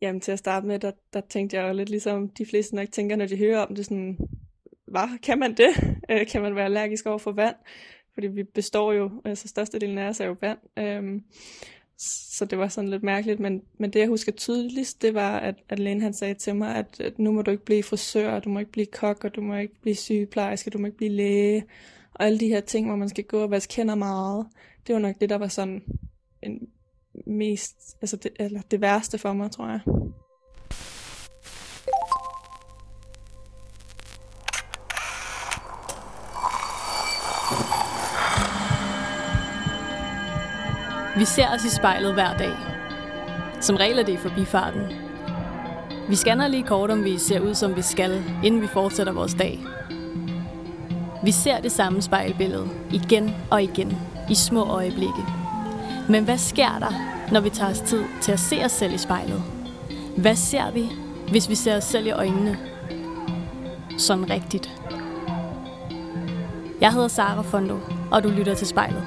Jamen til at starte med, der tænkte jeg jo lidt ligesom de fleste nok tænker, når de hører om det sådan, kan man det? Kan man være allergisk over for vand? Fordi vi består jo, altså størstedelen af os er jo vand. Så det var sådan lidt mærkeligt, men det jeg husker tydeligst, det var, at lægen han sagde til mig, at nu må du ikke blive frisør, du må ikke blive kok, og du må ikke blive sygeplejerske, du må ikke blive læge, og alle de her ting, hvor man skal gå og vaske hænder meget. Det var nok det, der var sådan mest, altså det værste for mig, tror jeg. Vi ser os i spejlet hver dag. Som regel er det i forbifarten. Vi scanner lige kort, om vi ser ud, som vi skal, inden vi fortsætter vores dag. Vi ser det samme spejlbillede igen og igen i små øjeblikke. Men hvad sker der, når vi tager os tid til at se os selv i spejlet? Hvad ser vi, hvis vi ser os selv i øjnene? Sådan rigtigt. Jeg hedder Sara Fondo, og du lytter til Spejlet.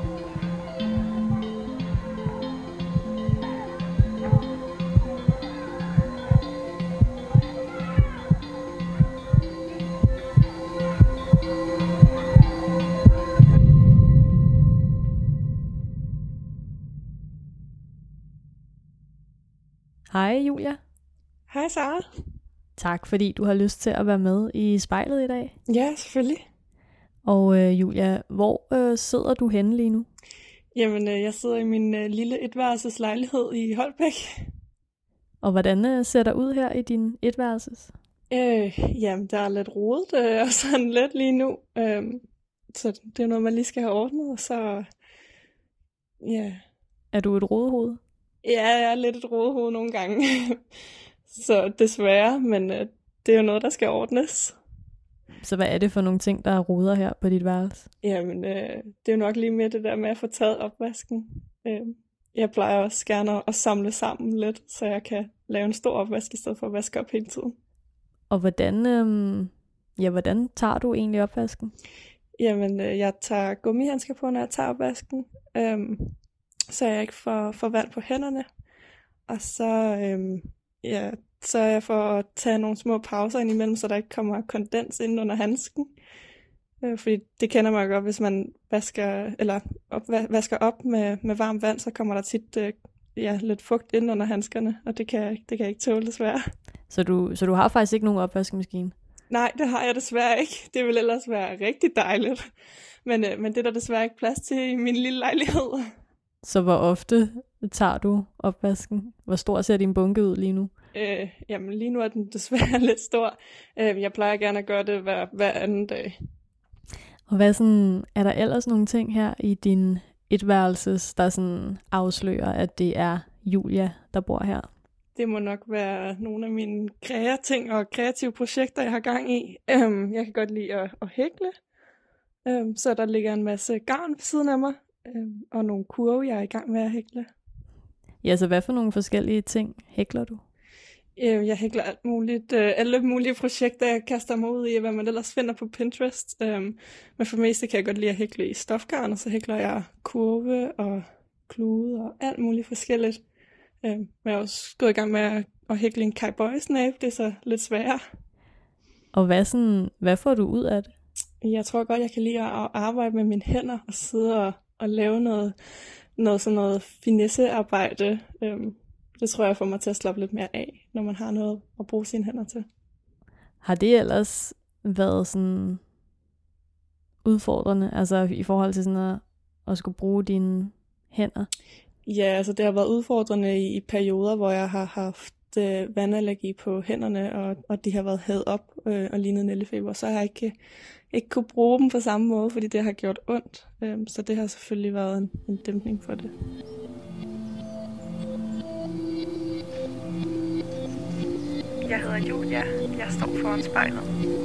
Hej Julia. Hej Sara. Tak fordi du har lyst til at være med i Spejlet i dag. Ja, selvfølgelig. Og Julia, hvor sidder du henne lige nu? Jamen, jeg sidder i min lille etværelses lejlighed i Holbæk. Og hvordan ser der ud her i din etværelses? Jamen, der er lidt rodet og sådan lidt lige nu. Så det er noget, man lige skal have ordnet, og så ja. Er du et rodehoved? Ja, jeg er lidt et rodehoved nogle gange. Så desværre, men det er jo noget, der skal ordnes. Så hvad er det for nogle ting, der roder her på dit værelse? Jamen, det er jo nok lige med det der med at få taget opvasken. Jeg plejer også gerne at samle sammen lidt, så jeg kan lave en stor opvask i stedet for at vaske op hele tiden. Og hvordan tager du egentlig opvasken? Jamen, jeg tager gummihandsker på, når jeg tager opvasken, så jeg ikke får vand på hænderne. Og så sørger jeg for at tage nogle små pauser indimellem, så der ikke kommer kondens ind under handsken. Fordi det kender man godt, hvis man vasker op med varmt vand, så kommer der tit lidt fugt ind under handskerne, og det kan jeg ikke tåle desværre. Så du har faktisk ikke nogen opvaskemaskine? Nej, det har jeg desværre ikke. Det vil ellers være rigtig dejligt. Men det er der desværre ikke plads til i min lille lejlighed. Så hvor ofte tager du opvasken? Hvor stor ser din bunke ud lige nu? Jamen lige nu er den desværre lidt stor. Jeg plejer gerne at gøre det hver anden dag. Og er der ellers nogle ting her i din etværelses, der sådan afslører, at det er Julia, der bor her? Det må nok være nogle af mine kreative projekter, jeg har gang i. Jeg kan godt lide at hækle. Så der ligger en masse garn ved siden af mig. Og nogle kurve, jeg er i gang med at hækle. Ja, så hvad for nogle forskellige ting hækler du? Jeg hækler alt muligt. Alle mulige projekter, jeg kaster mig ud i, hvad man ellers finder på Pinterest. Men for det meste kan jeg godt lide at hækle i stofgarn, og så hækler jeg kurve og klude og alt muligt forskelligt. Men jeg er også gået i gang med at hækle en cowboy-snæb. Det er så lidt sværere. Og hvad får du ud af det? Jeg tror godt, jeg kan lide at arbejde med mine hænder og sidde og lave noget finessearbejde. Det tror jeg får mig til at slappe lidt mere af, når man har noget at bruge sine hænder til. Har det ellers været sådan udfordrende, altså i forhold til sådan at skulle bruge dine hænder? Ja, altså det har været udfordrende i perioder, hvor jeg har haft vandallergi på hænderne, og de har været hævet op og lignet nældefeber. Så har jeg ikke kunne bruge dem på samme måde, fordi det har gjort ondt. Så det har selvfølgelig været en dæmpning for det. Jeg hedder Julia. Jeg står foran spejlet.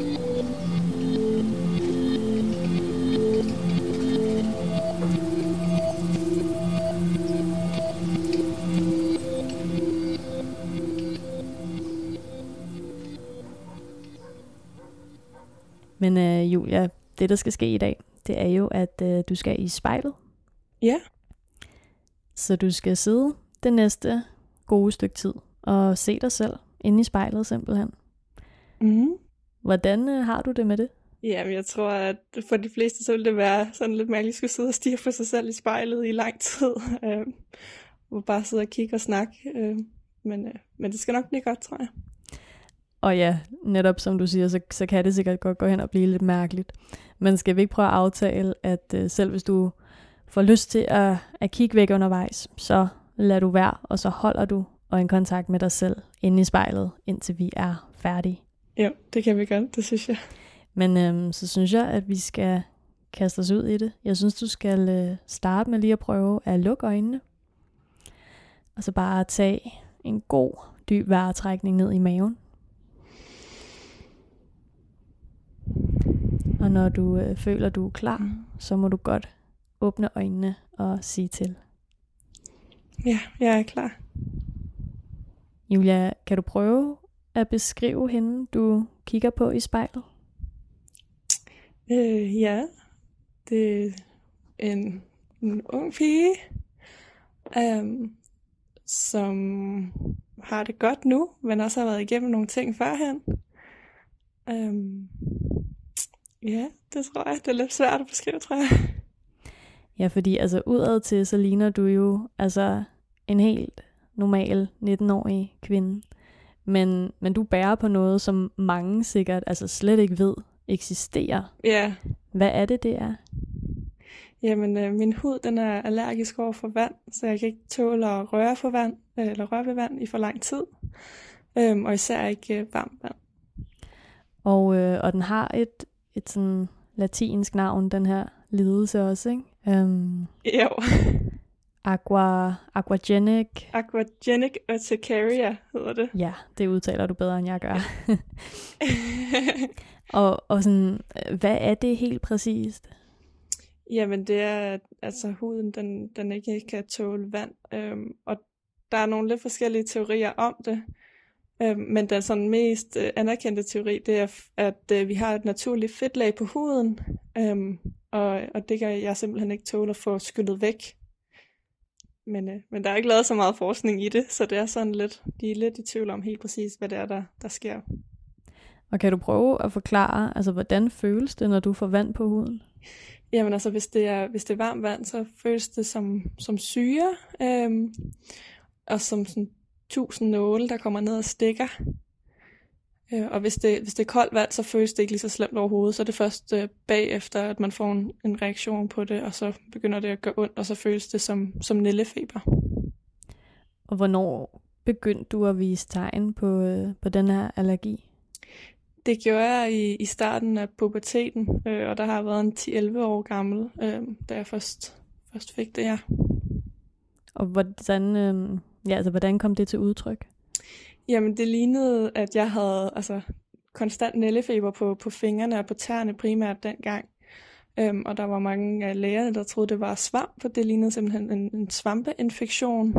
Men Julia, det der skal ske i dag, det er jo, at du skal i spejlet. Ja. Så du skal sidde det næste gode stykke tid og se dig selv inde i spejlet simpelthen. Mm. Hvordan har du det med det? Jamen, jeg tror, at for de fleste, så vil det være sådan lidt mærkeligt at skulle sidde og stirre på sig selv i spejlet i lang tid. Og bare sidde og kigge og snakke. Men det skal nok blive godt, tror jeg. Og ja, netop som du siger, så kan det sikkert godt gå hen og blive lidt mærkeligt. Men skal vi ikke prøve at aftale, at selv hvis du får lyst til at kigge væk undervejs, så lader du være, og så holder du og en kontakt med dig selv inde i spejlet, indtil vi er færdige. Jo, det kan vi godt, det synes jeg. Men så synes jeg, at vi skal kaste os ud i det. Jeg synes, du skal starte med lige at prøve at lukke øjnene. Og så bare tage en god, dyb vejrtrækning ned i maven. Og når du føler, du er klar, så må du godt åbne øjnene og sige til. Ja, jeg er klar. Julia, kan du prøve at beskrive hende, du kigger på i spejlet? Ja, det er en ung pige, som har det godt nu, men også har været igennem nogle ting førhen. Ja, det tror jeg. Det er lidt svært at beskrive, tror jeg. Ja, fordi altså udad til, så ligner du jo altså en helt normal 19-årig kvinde. Men du bærer på noget, som mange sikkert altså slet ikke ved eksisterer. Ja. Hvad er det er? Jamen, min hud, den er allergisk over for vand, så jeg kan ikke tåle at røre for vand, eller røre ved vand i for lang tid. Og især ikke varmt vand. Og den har et sådan latinsk navn, den her lidelse også, ikke? Jo. Aquagenic. Aquagenic urticaria hedder det. Ja, det udtaler du bedre, end jeg gør. og sådan, hvad er det helt præcist? Jamen, det er, at altså, huden, den ikke kan tåle vand. Og der er nogle lidt forskellige teorier om det. Men den sådan mest anerkendte teori, det er, at vi har et naturligt fedtlag på huden. Og det kan jeg simpelthen ikke tåle at få skyllet væk. Men der er ikke lavet så meget forskning i det, så det er sådan lidt, de er lidt i tvivl om helt præcis, hvad det er, der sker. Og kan du prøve at forklare, altså hvordan føles det, når du får vand på huden? Jamen altså, hvis det er varmt vand, så føles det som syre, og som sådan 1000 nåle, der kommer ned og stikker. Og hvis det er koldt vand, så føles det ikke lige så slemt overhovedet. Så er det først bagefter, at man får en reaktion på det, og så begynder det at gøre ondt, og så føles det som nældefeber. Og hvornår begyndte du at vise tegn på den her allergi? Det gjorde jeg i starten af puberteten, og der har jeg været en 10-11 år gammel, da jeg først fik det, ja. Og hvordan kom det til udtryk? Jamen, det lignede, at jeg havde konstant nældefeber på fingrene og på tæerne primært dengang. Og der var mange af lægerne, der troede, det var svamp, for det lignede simpelthen en svampeinfektion.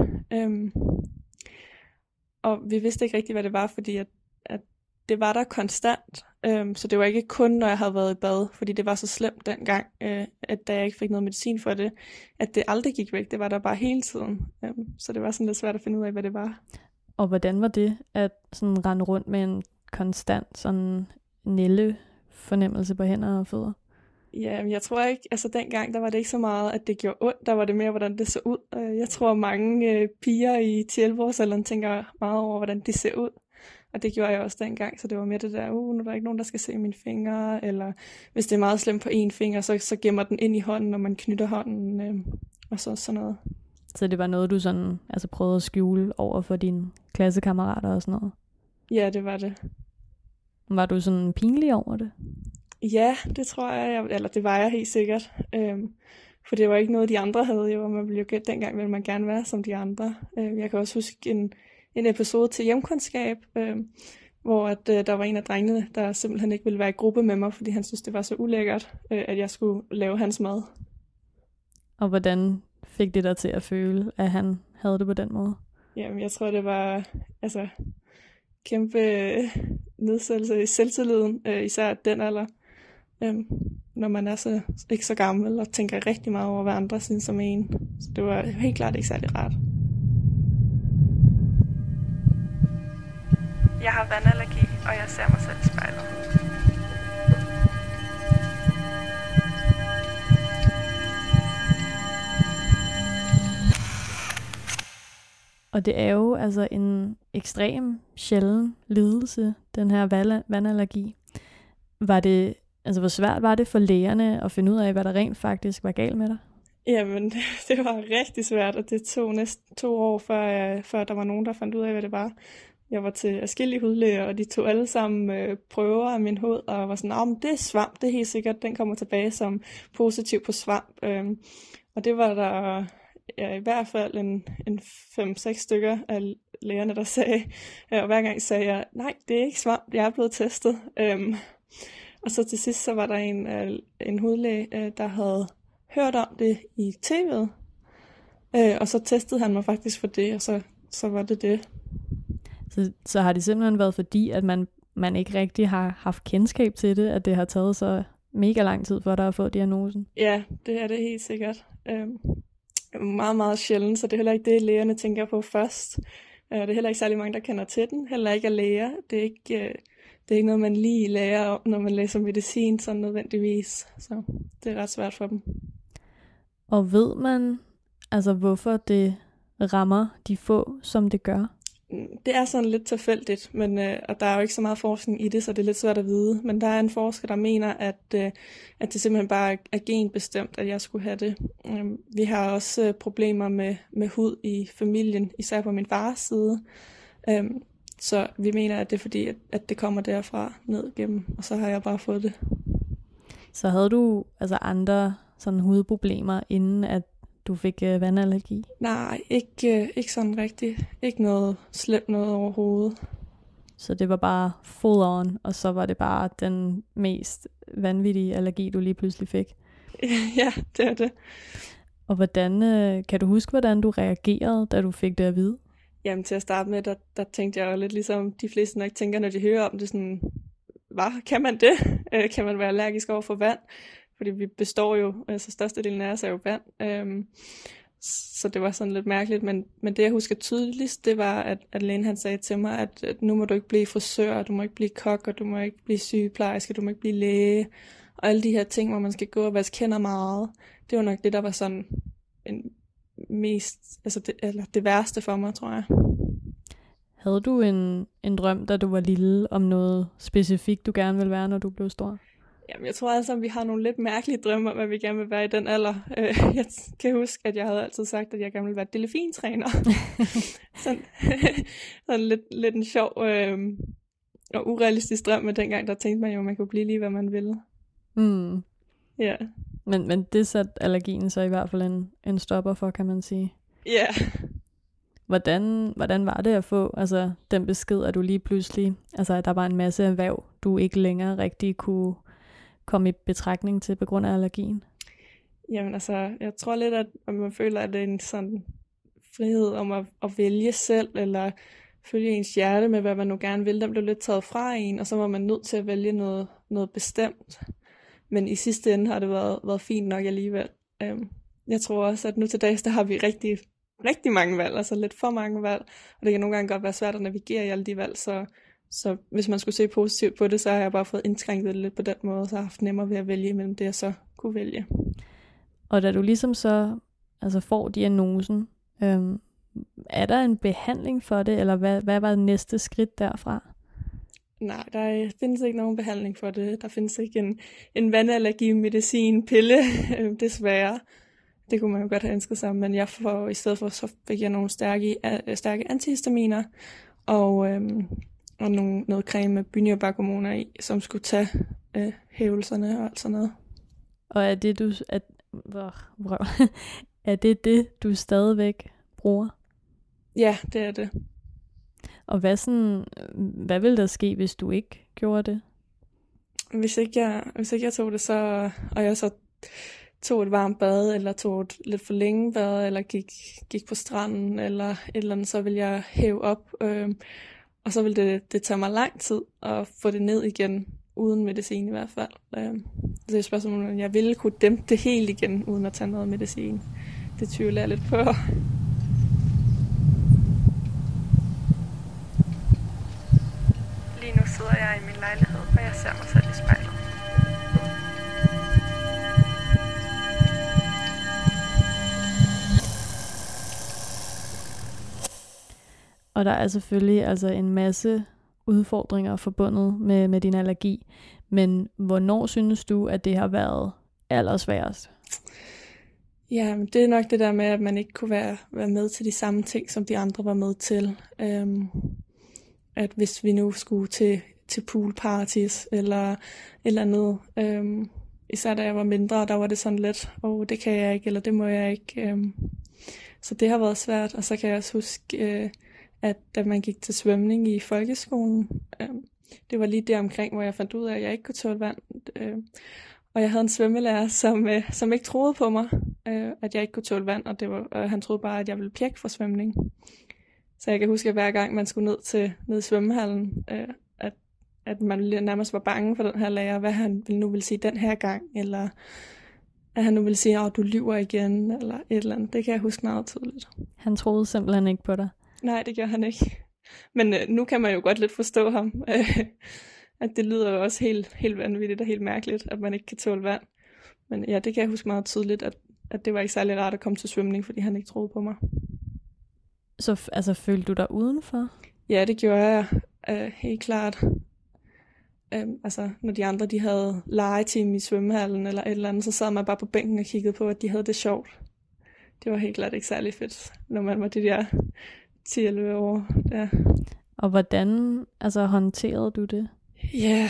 Og vi vidste ikke rigtigt, hvad det var, fordi at det var der konstant. Så det var ikke kun, når jeg havde været i bad, fordi det var så slemt dengang, at da jeg ikke fik noget medicin for det, at det aldrig gik væk. Det var der bare hele tiden. Så det var sådan lidt svært at finde ud af, hvad det var. Og hvordan var det at sådan rende rundt med en konstant sådan nældefornemmelse på hænder og fødder? Ja, jeg tror ikke, dengang der var det ikke så meget, at det gjorde ondt, der var det mere, hvordan det så ud. Jeg tror, mange piger i 10-11-årsalderen tænker meget over, hvordan de ser ud. Og det gjorde jeg også dengang, så det var mere det der, nu er der ikke nogen, der skal se mine fingre, eller hvis det er meget slemt på en finger, så gemmer den ind i hånden, når man knytter hånden, og sådan noget. Så det var noget, du sådan, prøvede at skjule over for dine klassekammerater og sådan noget? Ja, det var det. Var du sådan pinlig over det? Ja, det tror jeg, eller det var jeg helt sikkert. For det var ikke noget, de andre havde jo, og man ville jo dengang ville man gerne være som de andre. Jeg kan også huske en episode til hjemkundskab, hvor at, der var en af drengene, der simpelthen ikke ville være i gruppe med mig, fordi han synes, det var så ulækkert, at jeg skulle lave hans mad. Og hvordan fik det dig til at føle, at han havde det på den måde? Jamen, jeg tror, det var kæmpe nedsættelse i selvtilliden, især den alder, når man er ikke så gammel og tænker rigtig meget over, hvad andre synes som en. Så det var helt klart ikke særlig rart. Jeg har vandallergi, og jeg ser mig selv i spejlet. Og det er jo altså en ekstrem sjælden lidelse, den her vandallergi. Hvor svært var det for lægerne at finde ud af, hvad der rent faktisk var galt med dig? Jamen, det var rigtig svært, og det tog næsten 2 år, før der var nogen, der fandt ud af, hvad det var. Jeg var til adskillige hudlæger, og de tog alle sammen prøver af min hud, og var sådan, det er svamp, det er helt sikkert, den kommer tilbage som positiv på svamp. Og det var der i hvert fald en 5-6 stykker af lægerne, der sagde, og hver gang sagde jeg, nej, det er ikke svamp, jeg er blevet testet. Og så til sidst, så var der en hudlæge, der havde hørt om det i tv'et, og så testede han mig faktisk for det, og så var det det. Så har det simpelthen været fordi, at man ikke rigtig har haft kendskab til det, at det har taget så mega lang tid for dig at få diagnosen? Ja, det er det helt sikkert. Meget, meget sjældent, så det er heller ikke det, lægerne tænker på først. Det er heller ikke særlig mange, der kender til den. Heller ikke af læger. Det er ikke noget, man lige lærer om, når man læser medicin, sådan nødvendigvis. Så det er ret svært for dem. Og ved man, hvorfor det rammer de få, som det gør? Det er sådan lidt tilfældigt, og der er jo ikke så meget forskning i det, så det er lidt svært at vide. Men der er en forsker, der mener, at det simpelthen bare er genbestemt, at jeg skulle have det. Vi har også problemer med hud i familien, især på min fars side. Så vi mener, at det er fordi, at det kommer derfra ned igennem, og så har jeg bare fået det. Så havde du andre sådan hudproblemer, inden at du fik vandallergi? Nej, ikke sådan rigtigt. Ikke noget slemt noget overhovedet. Så det var bare full on, og så var det bare den mest vanvittige allergi, du lige pludselig fik? Ja, det er det. Og kan du huske, hvordan du reagerede, da du fik det at vide? Jamen til at starte med, der tænkte jeg jo lidt ligesom de fleste nok tænker, når de hører om det, sådan, kan man det? Kan man være allergisk over for vand? Fordi vi består jo, altså størstedelen af os er jo vand. Så det var sådan lidt mærkeligt, men det jeg husker tydeligst, det var, at lægen han sagde til mig, at nu må du ikke blive frisør, du må ikke blive kok, og du må ikke blive sygeplejerske, du må ikke blive læge, og alle de her ting, hvor man skal gå og vaske hænder meget. Det var nok det, der var sådan det værste for mig, tror jeg. Havde du en drøm, da du var lille, om noget specifikt, du gerne ville være, når du blev stor? Jamen, jeg tror altså, at vi har nogle lidt mærkelige drømme om, hvad vi gerne vil være i den alder. Jeg kan huske, at jeg havde altid sagt, at jeg gerne ville være delfintræner. sådan lidt en sjov og urealistisk drøm, men dengang der tænkte man jo, at man kunne blive lige, hvad man ville. Mm. Ja. Men det satte allergien så i hvert fald en stopper for, kan man sige. Ja. Yeah. Hvordan var det at få den besked, at du lige pludselig, at der var en masse erhverv, du ikke længere rigtig kunne komme i betragtning til på grund af allergien? Jamen jeg tror lidt, at man føler, at det er en sådan frihed om at vælge selv, eller følge ens hjerte med, hvad man nu gerne vil. Den blev lidt taget fra en, og så var man nødt til at vælge noget bestemt. Men i sidste ende har det været fint nok alligevel. Jeg tror også, at nu til dags, der har vi rigtig, rigtig mange valg, altså lidt for mange valg, og det kan nogle gange godt være svært at navigere i alle de valg, så hvis man skulle se positivt på det, så har jeg bare fået indskrænket det lidt på den måde, så har jeg haft nemmere ved at vælge imellem det, jeg så kunne vælge. Og da du ligesom så får diagnosen, er der en behandling for det, eller hvad var næste skridt derfra? Nej, der findes ikke nogen behandling for det. Der findes ikke en vandallergi-medicin, pille, desværre. Det kunne man jo godt have ønsket sig, men i stedet for, så fik jeg nogle stærke antihistaminer, og noget creme med bynjebarkhormoner i, som skulle tage hævelserne og alt sådan noget. Og er det du stadigvæk bruger? Ja, det er det. Og hvad ville der ske, hvis du ikke gjorde det? Hvis ikke jeg tog det, og jeg så tog et varmt bad, eller tog et lidt for længe bad, eller gik på stranden, eller et eller andet, så ville jeg hæve op, og så ville det tage mig lang tid at få det ned igen, uden medicin i hvert fald. Det er et spørgsmål, om jeg ville kunne dæmpe det helt igen, uden at tage noget medicin. Det tvivler jeg lidt på. Lige nu sidder jeg i min lejlighed, og jeg ser mig selv i spejlet. Og der er selvfølgelig altså en masse udfordringer forbundet med din allergi. Men hvornår synes du, at det har været allersværest? Ja, men det er nok det der med, at man ikke kunne være med til de samme ting, som de andre var med til. At hvis vi nu skulle til poolparties eller et eller andet, især da jeg var mindre, der var det sådan lidt, det kan jeg ikke, eller det må jeg ikke. Så det har været svært, og så kan jeg også huske, at da man gik til svømning i folkeskolen, det var lige der omkring, hvor jeg fandt ud af, at jeg ikke kunne tåle vand. Og jeg havde en svømmelærer, som ikke troede på mig, at jeg ikke kunne tåle vand, og han troede bare, at jeg ville pjekke for svømning. Så jeg kan huske, at hver gang man skulle ned i svømmehallen, at man nærmest var bange for den her lærer, hvad han nu ville sige den her gang, eller at han nu ville sige, du lyver igen, eller et eller andet. Det kan jeg huske meget tydeligt. Han troede simpelthen ikke på dig? Nej, det gjorde han ikke. Men nu kan man jo godt lidt forstå ham. At det lyder jo også helt vanvittigt og helt mærkeligt, at man ikke kan tåle vand. Men ja, det kan jeg huske meget tydeligt, at det var ikke særlig rart at komme til svømning, fordi han ikke troede på mig. Så altså, følte du dig udenfor? Ja, det gjorde jeg helt klart. Altså, når de andre de havde legetime i svømmehallen eller et eller andet, så sad man bare på bænken og kiggede på, at de havde det sjovt. Det var helt klart ikke særlig fedt, når man var de der 10-11 år. Ja. Og hvordan håndterede du det? Ja,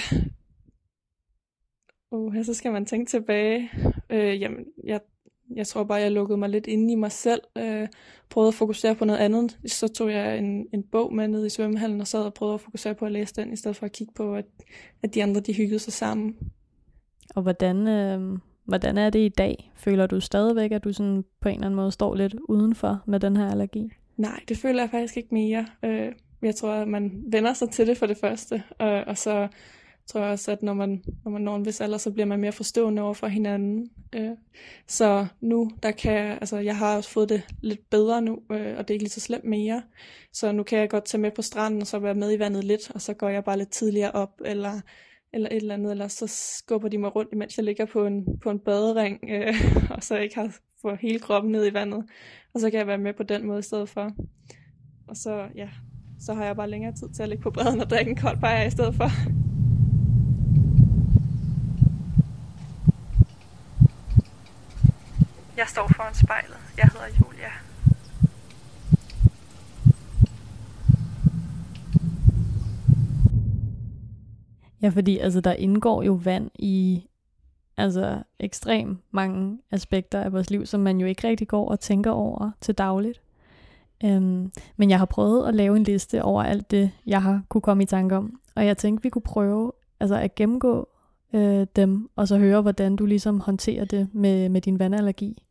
så skal man tænke tilbage. Jamen, jeg tror bare, jeg lukkede mig lidt inde i mig selv. Prøvede at fokusere på noget andet. Så tog jeg en bog med ned i svømmehallen og sad og prøvede at fokusere på at læse den, i stedet for at kigge på, at de andre de hyggede sig sammen. Og hvordan er det i dag? Føler du stadigvæk, at du sådan på en eller anden måde står lidt udenfor med den her allergi? Nej, det føler jeg faktisk ikke mere. Jeg tror, at man vender sig til det for det første, og så tror jeg også, at når man når en vis alder, så bliver man mere forstående over for hinanden. Så nu, jeg har også fået det lidt bedre nu, og det er ikke lige så slemt mere. Så nu kan jeg godt tage med på stranden, og så være med i vandet lidt, og så går jeg bare lidt tidligere op, eller et eller andet, eller så skubber de mig rundt, imens jeg ligger på en badering, og så ikke har fået hele kroppen ned i vandet. Og så kan jeg være med på den måde i stedet for. Og så har jeg bare længere tid til at ligge på bredden og drikke en kold bajer i stedet for. Jeg står foran spejlet. Jeg hedder Julia. Ja, fordi der indgår jo vand i ekstremt mange aspekter af vores liv, som man jo ikke rigtig går og tænker over til dagligt. Men jeg har prøvet at lave en liste over alt det, jeg har kunne komme i tanke om. Og jeg tænkte, vi kunne prøve at gennemgå dem, og så høre, hvordan du ligesom håndterer det med din vandallergi.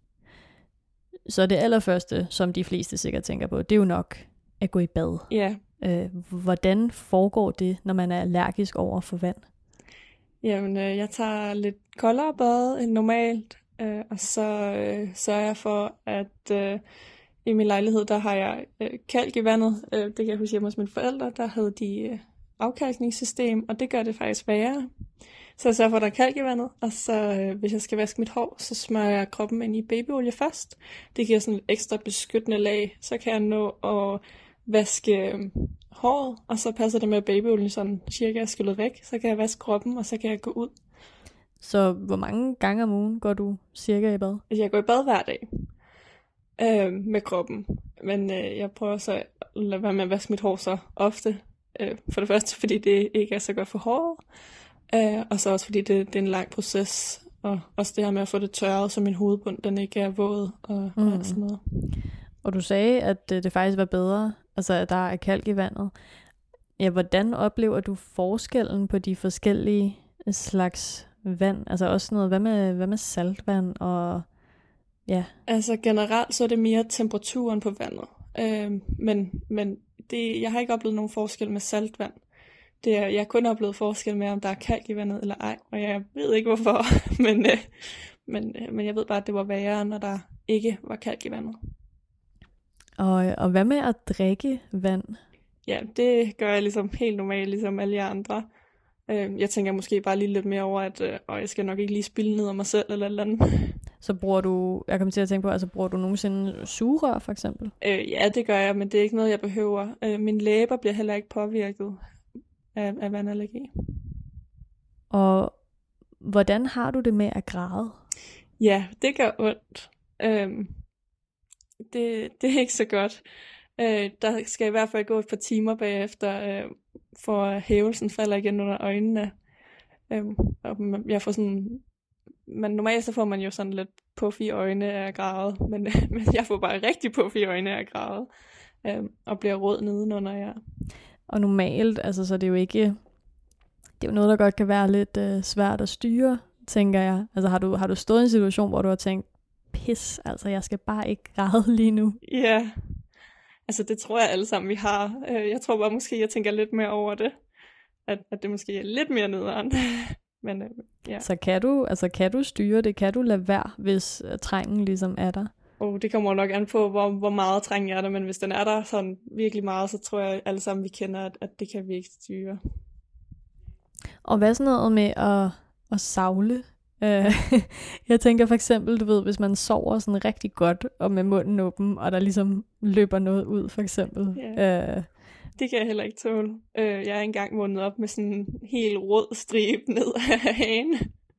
Så det allerførste, som de fleste sikkert tænker på, det er jo nok at gå i bad. Ja. Hvordan foregår det, når man er allergisk over for vand? Jamen, jeg tager lidt koldere bad end normalt, og så sørger jeg for, at i min lejlighed, der har jeg kalk i vandet. Det kan jeg huske hjemme hos mine forældre, der havde de afkalkningssystem, og det gør det faktisk værre. Så jeg sørger for, at der er kalk i vandet, og så hvis jeg skal vaske mit hår, så smører jeg kroppen ind i babyolie først. Det giver sådan et ekstra beskyttende lag, så kan jeg nå at vaske håret, og så passer det med, at babyolien sådan cirka er skyllet væk. Så kan jeg vaske kroppen, og så kan jeg gå ud. Så hvor mange gange om ugen går du cirka i bad? Jeg går i bad hver dag med kroppen, men jeg prøver så at lade være med at vaske mit hår så ofte. For det første, fordi det ikke er så godt for håret, og så også fordi det er en lang proces, og også det her med at få det tørret, så min hovedbund den ikke er våd og sådan noget. Og du sagde, at det faktisk var bedre, at der er kalk i vandet. Ja, hvordan oplever du forskellen på de forskellige slags vand? Også noget, hvad med saltvand og ja? Generelt så er det mere temperaturen på vandet. Men jeg har ikke oplevet nogen forskel med saltvand. Jeg har kun oplevet forskel med, om der er kalk i vandet eller ej, og jeg ved ikke hvorfor, men jeg ved bare, at det var værre, når der ikke var kalk i vandet. Og hvad med at drikke vand? Ja, det gør jeg ligesom helt normalt, ligesom alle jer andre. Jeg tænker måske bare lige lidt mere over, at jeg skal nok ikke lige spille ned af mig selv eller et eller andet. Så bruger du, jeg kommer til at tænke på, altså bruger du nogensinde sugerør for eksempel? Ja, det gør jeg, men det er ikke noget, jeg behøver. Mine læber bliver heller ikke påvirket af vandallergi. Og hvordan har du det med at græde? Ja, det gør ondt. Det er ikke så godt. Der skal i hvert fald gå et par timer bagefter, for hævelsen falder igen under øjnene. Og jeg får sådan... Men normalt så får man jo sådan lidt puff i øjne af at græde, men jeg får bare rigtig puff i øjne af at græde, og bliver rød nedenunder, ja. Og normalt, altså så det er jo ikke... Det er jo noget, der godt kan være lidt svært at styre, tænker jeg. Altså har du stået i en situation, hvor du har tænkt, pis, altså jeg skal bare ikke græde lige nu? Ja, altså det tror jeg alle sammen, vi har. Jeg tror bare måske, jeg tænker lidt mere over det. At det måske er lidt mere nederen. Men ja. Så kan du styre det? Kan du lade være, hvis trængen ligesom er der? Det kommer nok an på, hvor meget træng er der. Men hvis den er der sådan virkelig meget, så tror jeg alle sammen, vi kender, at det kan vi ikke styre. Og hvad sådan noget med at savle? Jeg tænker for eksempel, du ved, hvis man sover sådan rigtig godt, og med munden åben, og der ligesom løber noget ud, for eksempel. Yeah. Det kan jeg heller ikke tåle. Jeg er engang vågnet op med sådan en helt rød stribe ned af hagen.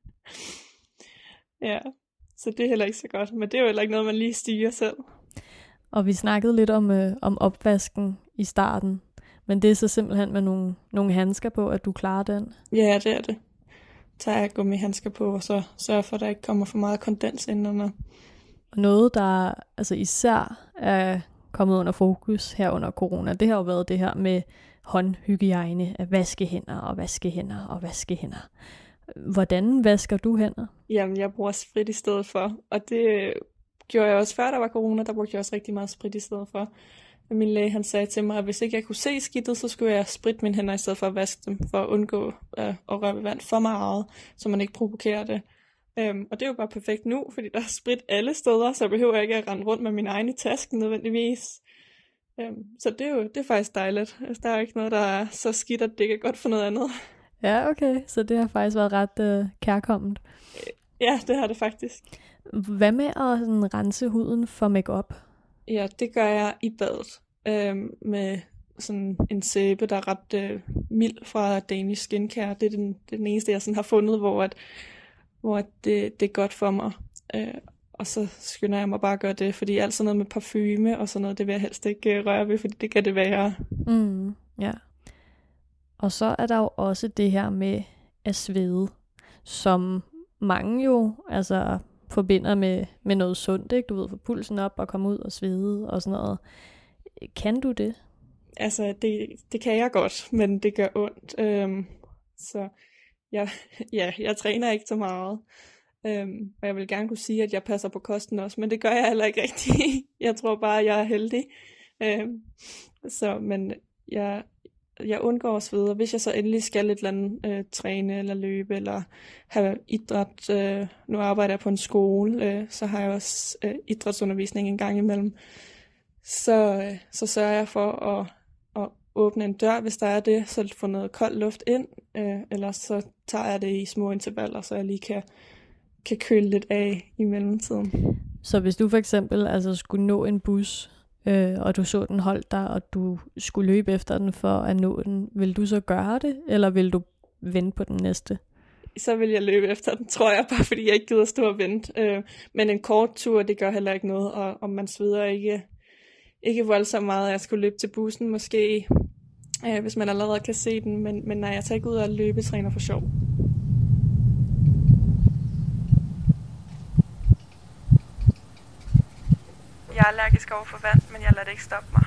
Ja, så det er heller ikke så godt. Men det er jo heller ikke noget, man lige styrer selv. Og vi snakkede lidt om opvasken i starten. Men det er så simpelthen med nogle handsker på, at du klarer den? Ja, det er det. Tager jeg gummihandsker på, og så sørger for, at der ikke kommer for meget kondens indenunder. Og noget, der altså især er kommet under fokus her under corona, det har jo været det her med håndhygiejne, at vaske hænder og vaske hænder og vaske hænder. Hvordan vasker du hænder? Jamen, jeg bruger sprit i stedet for, og det gjorde jeg også før der var corona, der brugte jeg også rigtig meget sprit i stedet for. Min læge, han sagde til mig, at hvis ikke jeg kunne se skidtet, så skulle jeg spritte mine hænder i stedet for at vaske dem, for at undgå at røre ved vand for meget, så man ikke provokerer det. Og det er jo bare perfekt nu, fordi der er sprit alle steder, så jeg behøver ikke at rende rundt med min egen i tasken nødvendigvis. Så det er faktisk dejligt. Der er ikke noget, der er så skidt, at det ikke er godt for noget andet. Ja, okay. Så det har faktisk været ret kærkomment. Ja, det har det faktisk. Hvad med at sådan rense huden for makeup? Ja, det gør jeg i badet. Med sådan en sæbe, der er ret mild fra Danish Skincare. Det er den eneste, jeg sådan har fundet, hvor det er godt for mig. Og så skynder jeg mig bare at gøre det, fordi alt sådan noget med parfume og sådan noget, det vil jeg helst ikke røre ved, fordi det kan det være. Ja. Og så er der jo også det her med at svede, som mange jo altså forbinder med noget sundt, ikke? Du ved, få pulsen op og komme ud og svede og sådan noget. Kan du det? Altså, det kan jeg godt, men det gør ondt. Så jeg træner ikke så meget. Og jeg vil gerne kunne sige, at jeg passer på kosten også, men det gør jeg heller ikke rigtig. Jeg tror bare, at jeg er heldig. Men jeg undgår at svede. Hvis jeg så endelig skal et eller andet træne eller løbe eller have idræt, nu arbejder jeg på en skole, så har jeg også idrætsundervisning en gang imellem. Så sørger jeg for at åbne en dør, hvis der er det, så få noget kold luft ind, eller så tager jeg det i små intervaller, så jeg lige kan køle lidt af i mellemtiden. Så hvis du for eksempel altså skulle nå en bus, og du så den holdt der, og du skulle løbe efter den for at nå den, vil du så gøre det, eller vil du vente på den næste? Så vil jeg løbe efter den, tror jeg, bare fordi jeg ikke gider stå og vente. Men en kort tur, det gør heller ikke noget, og man sveder ikke voldsomt meget. Jeg skulle løbe til bussen måske, hvis man allerede kan se den, men nej, jeg tager ikke ud og løbetræner for sjov. Jeg er allergisk over for vand, men jeg lader det ikke stoppe mig.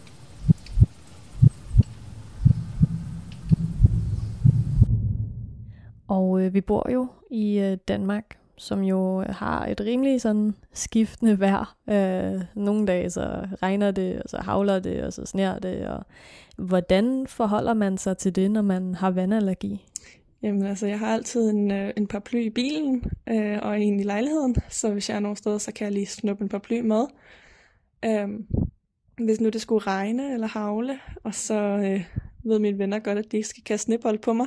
Og vi bor jo i Danmark, som jo har et rimelig sådan skiftende vejr. Nogle dage så regner det, og så havler det, og så sner det. Og hvordan forholder man sig til det, når man har vandallergi? Jamen altså, jeg har altid en paraply i bilen, og en i lejligheden. Så hvis jeg er nogen steder, så kan jeg lige snuppe en paraply med. hvis nu det skulle regne eller hagle, og så ved mine venner godt, at de ikke skal kaste snebold på mig.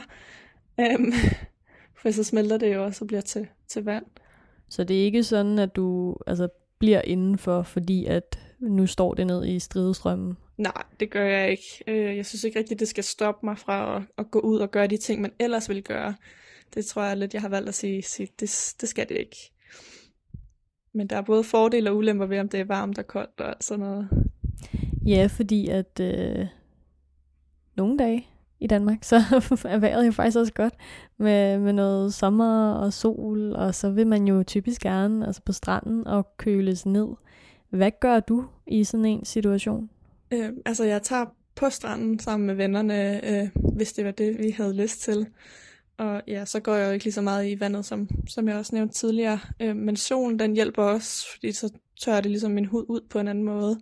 For så smelter det jo også og bliver til vand. Så det er ikke sådan, at du bliver indenfor, fordi at nu står det ned i stridestrømmen? Nej, det gør jeg ikke. Jeg synes ikke rigtigt, det skal stoppe mig fra at gå ud og gøre de ting, man ellers vil gøre. Det tror jeg lidt, jeg har valgt at sige det skal det ikke. Men der er både fordele og ulemper ved, om det er varmt og koldt og sådan noget. Ja, fordi at nogle dage i Danmark, så er vejret jo faktisk også godt med noget sommer og sol, og så vil man jo typisk gerne på stranden og køles ned. Hvad gør du i sådan en situation? Jeg tager på stranden sammen med vennerne, hvis det var det, vi havde lyst til. Og ja, så går jeg jo ikke lige så meget i vandet, som jeg også nævnte tidligere. Men solen, den hjælper også, fordi så tørrer det ligesom min hud ud på en anden måde.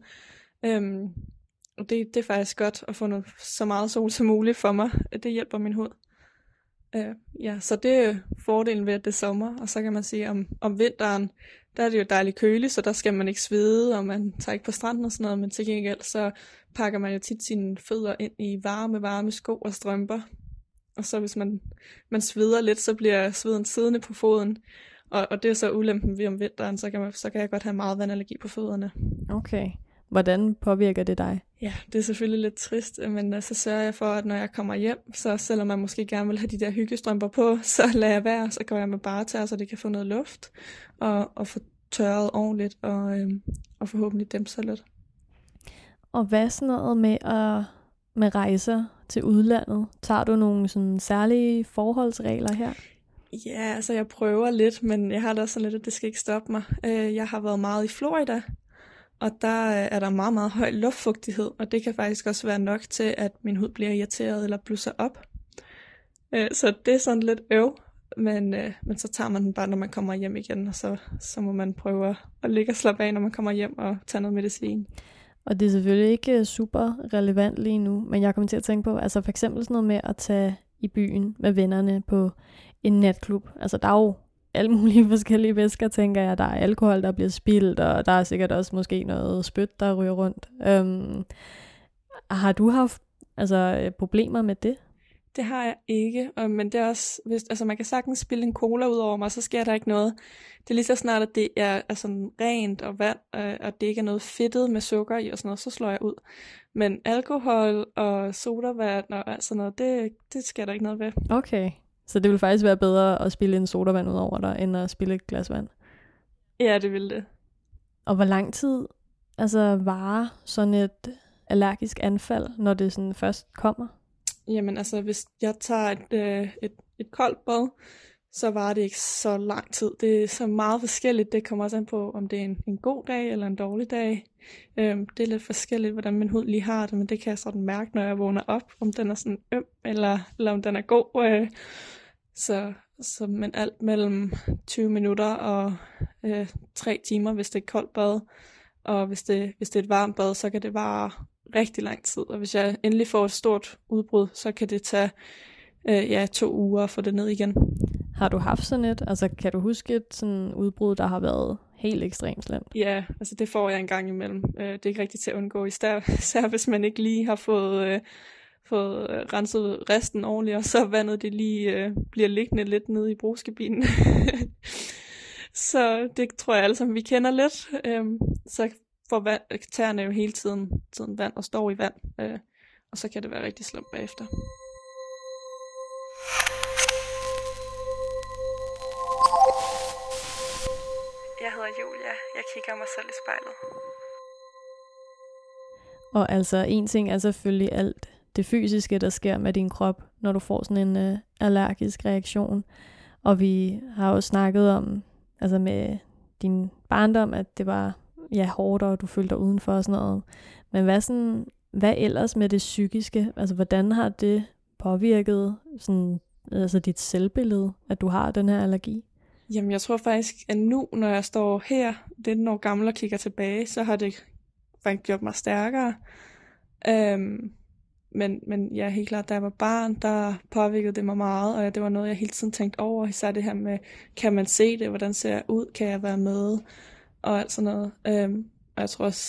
Og det er faktisk godt at få så meget sol som muligt for mig. Det hjælper min hud. Så det er fordelen ved, at det er sommer. Og så kan man sige, om vinteren, der er det jo dejligt køligt, så der skal man ikke svede, og man tager ikke på stranden og sådan noget. Men til gengæld, så pakker man jo tit sine fødder ind i varme sko og strømper. Og så hvis man sveder lidt, så bliver sveden siddende på foden. Og det er så ulempen ved om vinteren, så kan jeg godt have meget vandallergi på fødderne. Okay. Hvordan påvirker det dig? Ja, det er selvfølgelig lidt trist, men så sørger jeg for, at når jeg kommer hjem, så selvom man måske gerne vil have de der hyggestrømper på, så lader jeg være, så går jeg med bare tæer, så det kan få noget luft og få tørret ordentligt og forhåbentlig dæmpe sig lidt. Og hvad sådan noget med rejser til udlandet? Tager du nogle sådan særlige forholdsregler her? Ja, altså jeg prøver lidt, men jeg har da også sådan lidt, at det skal ikke stoppe mig. Jeg har været meget i Florida, og der er der meget, meget høj luftfugtighed, og det kan faktisk også være nok til, at min hud bliver irriteret eller blusser op. Så det er sådan lidt men så tager man den bare, når man kommer hjem igen, og så må man prøve at ligge og slappe af, når man kommer hjem og tage noget medicin. Og det er selvfølgelig ikke super relevant lige nu, men jeg kommer til at tænke på, altså for eksempel sådan noget med at tage i byen med vennerne på en natklub. Altså der er jo alle mulige forskellige væsker, tænker jeg. Der er alkohol, der bliver spildt, og der er sikkert også måske noget spyt, der ryger rundt. Har du haft problemer med det? Det har jeg ikke, men det er også, man kan sagtens spille en cola ud over mig, så sker der ikke noget. Det er lige så snart, at det er sådan rent og vand, og det ikke er noget fedtet med sukker i og sådan noget, så slår jeg ud. Men alkohol og sodavand og alt sådan noget, det sker der ikke noget ved. Okay, så det vil faktisk være bedre at spille en sodavand ud over dig, end at spille et glas vand? Ja, det vil det. Og hvor lang tid varer sådan et allergisk anfald, når det sådan først kommer? Jamen hvis jeg tager et koldt bad, så varer det ikke så lang tid. Det er så meget forskelligt. Det kommer også an på, om det er en god dag eller en dårlig dag. Det er lidt forskelligt, hvordan min hud lige har det, men det kan jeg sådan mærke, når jeg vågner op, om den er sådan øm, eller om den er god. Men alt mellem 20 minutter og 3 timer, hvis det er et koldt bad. Og hvis det er et varmt bad, så kan det vare rigtig lang tid. Og hvis jeg endelig får et stort udbrud, så kan det tage 2 uger at få det ned igen. Har du haft sådan et? Altså kan du huske et sådan udbrud, der har været helt ekstremt slemt? Ja, det får jeg en gang imellem. Det er ikke rigtigt til at undgå, især hvis man ikke lige har fået renset resten ordentligt, og så vandet det lige bliver liggende lidt nede i brugskabinen. Så det tror jeg alle sammen, vi kender lidt. Så får tæerne jo hele tiden vand og står i vand, og så kan det være rigtig slemt bagefter. Jeg hedder Julia. Jeg kigger mig selv i spejlet. Og en ting er selvfølgelig alt det fysiske, der sker med din krop, når du får sådan en allergisk reaktion. Og vi har jo snakket om, med din barndom, at det var hårdt, og du følte dig udenfor og sådan noget. Men hvad ellers med det psykiske? Hvordan har det påvirket dit selvbillede, at du har den her allergi? Jamen, jeg tror faktisk, at nu, når jeg står her, 19 år gammel og kigger tilbage, så har det faktisk gjort mig stærkere. Men ja, helt klart, da jeg var barn, der påvirkede det mig meget, og det var noget, jeg hele tiden tænkte over, især det her med, kan man se det, hvordan ser jeg ud, kan jeg være med, og alt sådan noget. Og jeg tror også,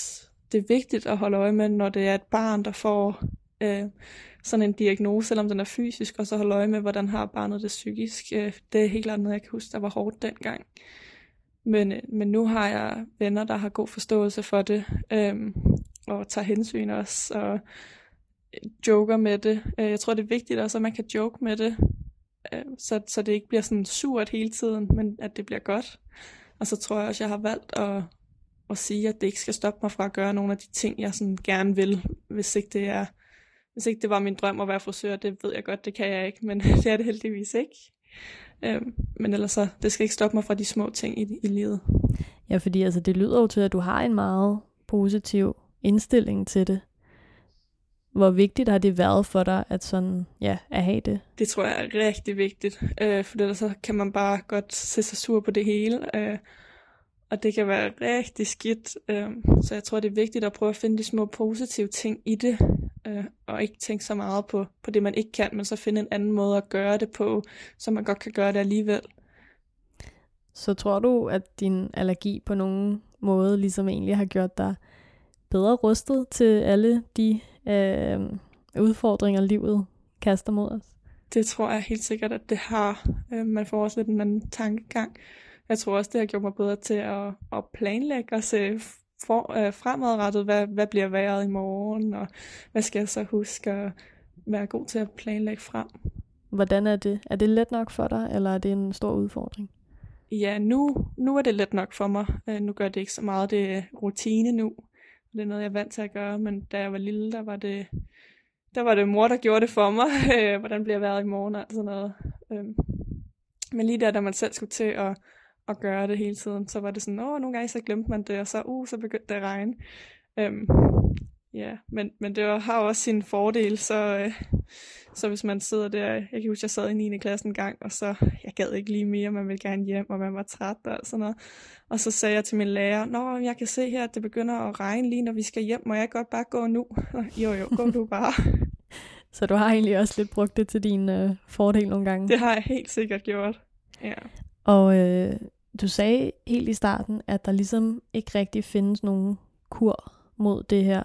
det er vigtigt at holde øje med, når det er et barn, der får sådan en diagnose, selvom den er fysisk, og så holde øje med, hvordan har barnet det psykisk. Det er helt klart noget, jeg kan huske, der var hårdt dengang. Men nu har jeg venner, der har god forståelse for det, og tager hensyn også, og joker med det. Jeg tror, det er vigtigt også, at man kan joke med det, så det ikke bliver sådan surt hele tiden, men at det bliver godt. Og så tror jeg også, jeg har valgt at sige, at det ikke skal stoppe mig fra at gøre nogle af de ting, jeg sådan gerne vil, hvis ikke det var min drøm at være frisør. Det ved jeg godt, det kan jeg ikke, men det er det heldigvis ikke. Men ellers så, det skal ikke stoppe mig fra de små ting i livet. Ja, fordi altså, det lyder jo til, at du har en meget positiv indstilling til det. Hvor vigtigt har det været for dig at have det? Det tror jeg er rigtig vigtigt, for ellers så kan man bare godt se sig sur på det hele, og det kan være rigtig skidt. Så jeg tror, det er vigtigt at prøve at finde de små positive ting i det, og ikke tænke så meget på det, man ikke kan, men så finde en anden måde at gøre det på, så man godt kan gøre det alligevel. Så tror du, at din allergi på nogen måde ligesom egentlig har gjort dig bedre rustet til alle de udfordringer, livet kaster mod os? Det tror jeg helt sikkert, at det har. Man får også lidt en anden tankegang. Jeg tror også, det har gjort mig bedre til at planlægge og se fremadrettet, hvad bliver vejret i morgen, og hvad skal jeg så huske at være god til at planlægge frem. Hvordan er det? Er det let nok for dig, eller er det en stor udfordring? Ja, nu er det let nok for mig. Nu gør det ikke så meget, det er rutine nu. Det er noget, jeg er vant til at gøre, men da jeg var lille, der var det mor, der gjorde det for mig. Hvordan bliver vejret i morgen og sådan noget. Men lige der, da man selv skulle til at gøre det hele tiden, så var det sådan, nogle gange så glemte man det, og så begyndte det at regne. Men det har også sin fordel, så hvis man sidder der, jeg kan huske, jeg sad i 9. klasse en gang, og så, jeg gad ikke lige mere, man ville gerne hjem, og man var træt og sådan noget. Og så sagde jeg til min lærer, jeg kan se her, at det begynder at regne lige, når vi skal hjem, må jeg godt bare gå nu? Jo, gå du bare. Så du har egentlig også lidt brugt det til din fordel nogle gange? Det har jeg helt sikkert gjort, ja. Og du sagde helt i starten, at der ligesom ikke rigtig findes nogen kur mod det her.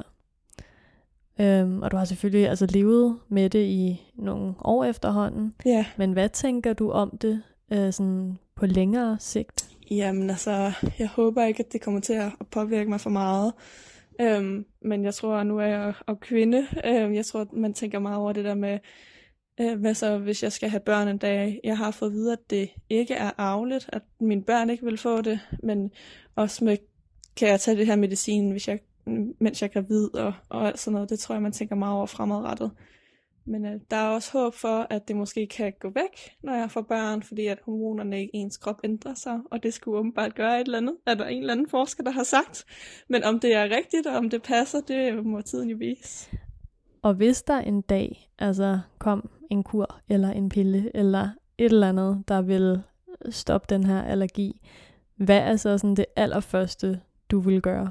Og du har selvfølgelig levet med det i nogle år efterhånden. Ja. Men hvad tænker du om det sådan på længere sigt? Jamen jeg håber ikke, at det kommer til at påvirke mig for meget. Men jeg tror, nu er jeg jo kvinde. Jeg tror, man tænker meget over det der med, hvad så hvis jeg skal have børn en dag. Jeg har fået at vide, at det ikke er arveligt, at mine børn ikke vil få det. Men også kan jeg tage det her medicin, mens jeg er gravid og alt sådan noget. Det tror jeg, man tænker meget over fremadrettet. Men der er også håb for, at det måske kan gå væk, når jeg får børn, fordi at hormonerne i ens krop ændrer sig, og det skulle åbenbart gøre et eller andet. Er der en eller anden forsker, der har sagt. Men om det er rigtigt, og om det passer, det må tiden jo vise. Og hvis der en dag kom en kur, eller en pille, eller et eller andet, der vil stoppe den her allergi, hvad er så sådan det allerførste, du vil gøre?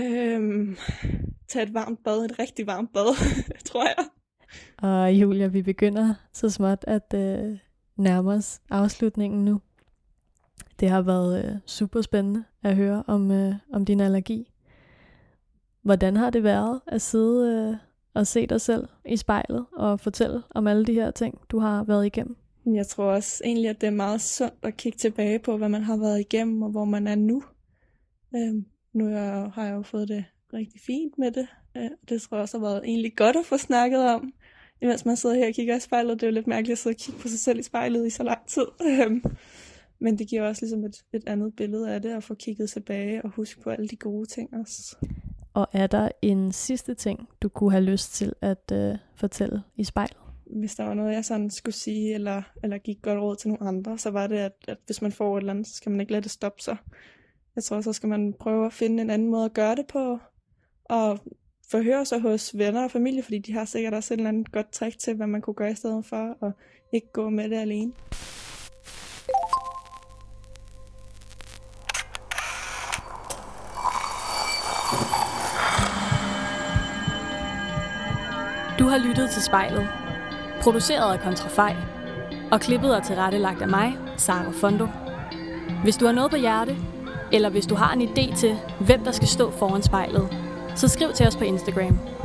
Tag et varmt bad, et rigtig varmt bad, tror jeg. Og Julia, vi begynder så småt at nærme os afslutningen nu. Det har været super spændende at høre om din allergi. Hvordan har det været at sidde og se dig selv i spejlet og fortælle om alle de her ting, du har været igennem? Jeg tror også egentlig, at det er meget sundt at kigge tilbage på, hvad man har været igennem og hvor man er nu. Nu har jeg jo fået det rigtig fint med det. Det tror jeg også har været egentlig godt at få snakket om. Imens man sidder her og kigger i spejlet, det er jo lidt mærkeligt at sidde og kigge på sig selv i spejlet i så lang tid. Men det giver også ligesom et andet billede af det, at få kigget tilbage og huske på alle de gode ting også. Og er der en sidste ting, du kunne have lyst til at fortælle i spejlet? Hvis der var noget, jeg sådan skulle sige, eller give godt råd til nogle andre, så var det, at hvis man får et eller andet, så skal man ikke lade det stoppe sig. Jeg tror, så skal man prøve at finde en anden måde at gøre det på, og forhøre sig hos venner og familie, fordi de har sikkert også et eller andet godt trick til, hvad man kunne gøre i stedet for, og ikke gå med det alene. Du har lyttet til Spejlet, produceret af Kontrafej, og klippet og tilrettelagt af mig, Sara Fondo. Hvis du har noget på hjerte, eller hvis du har en idé til, hvem der skal stå foran spejlet, Så skriv til os på Instagram.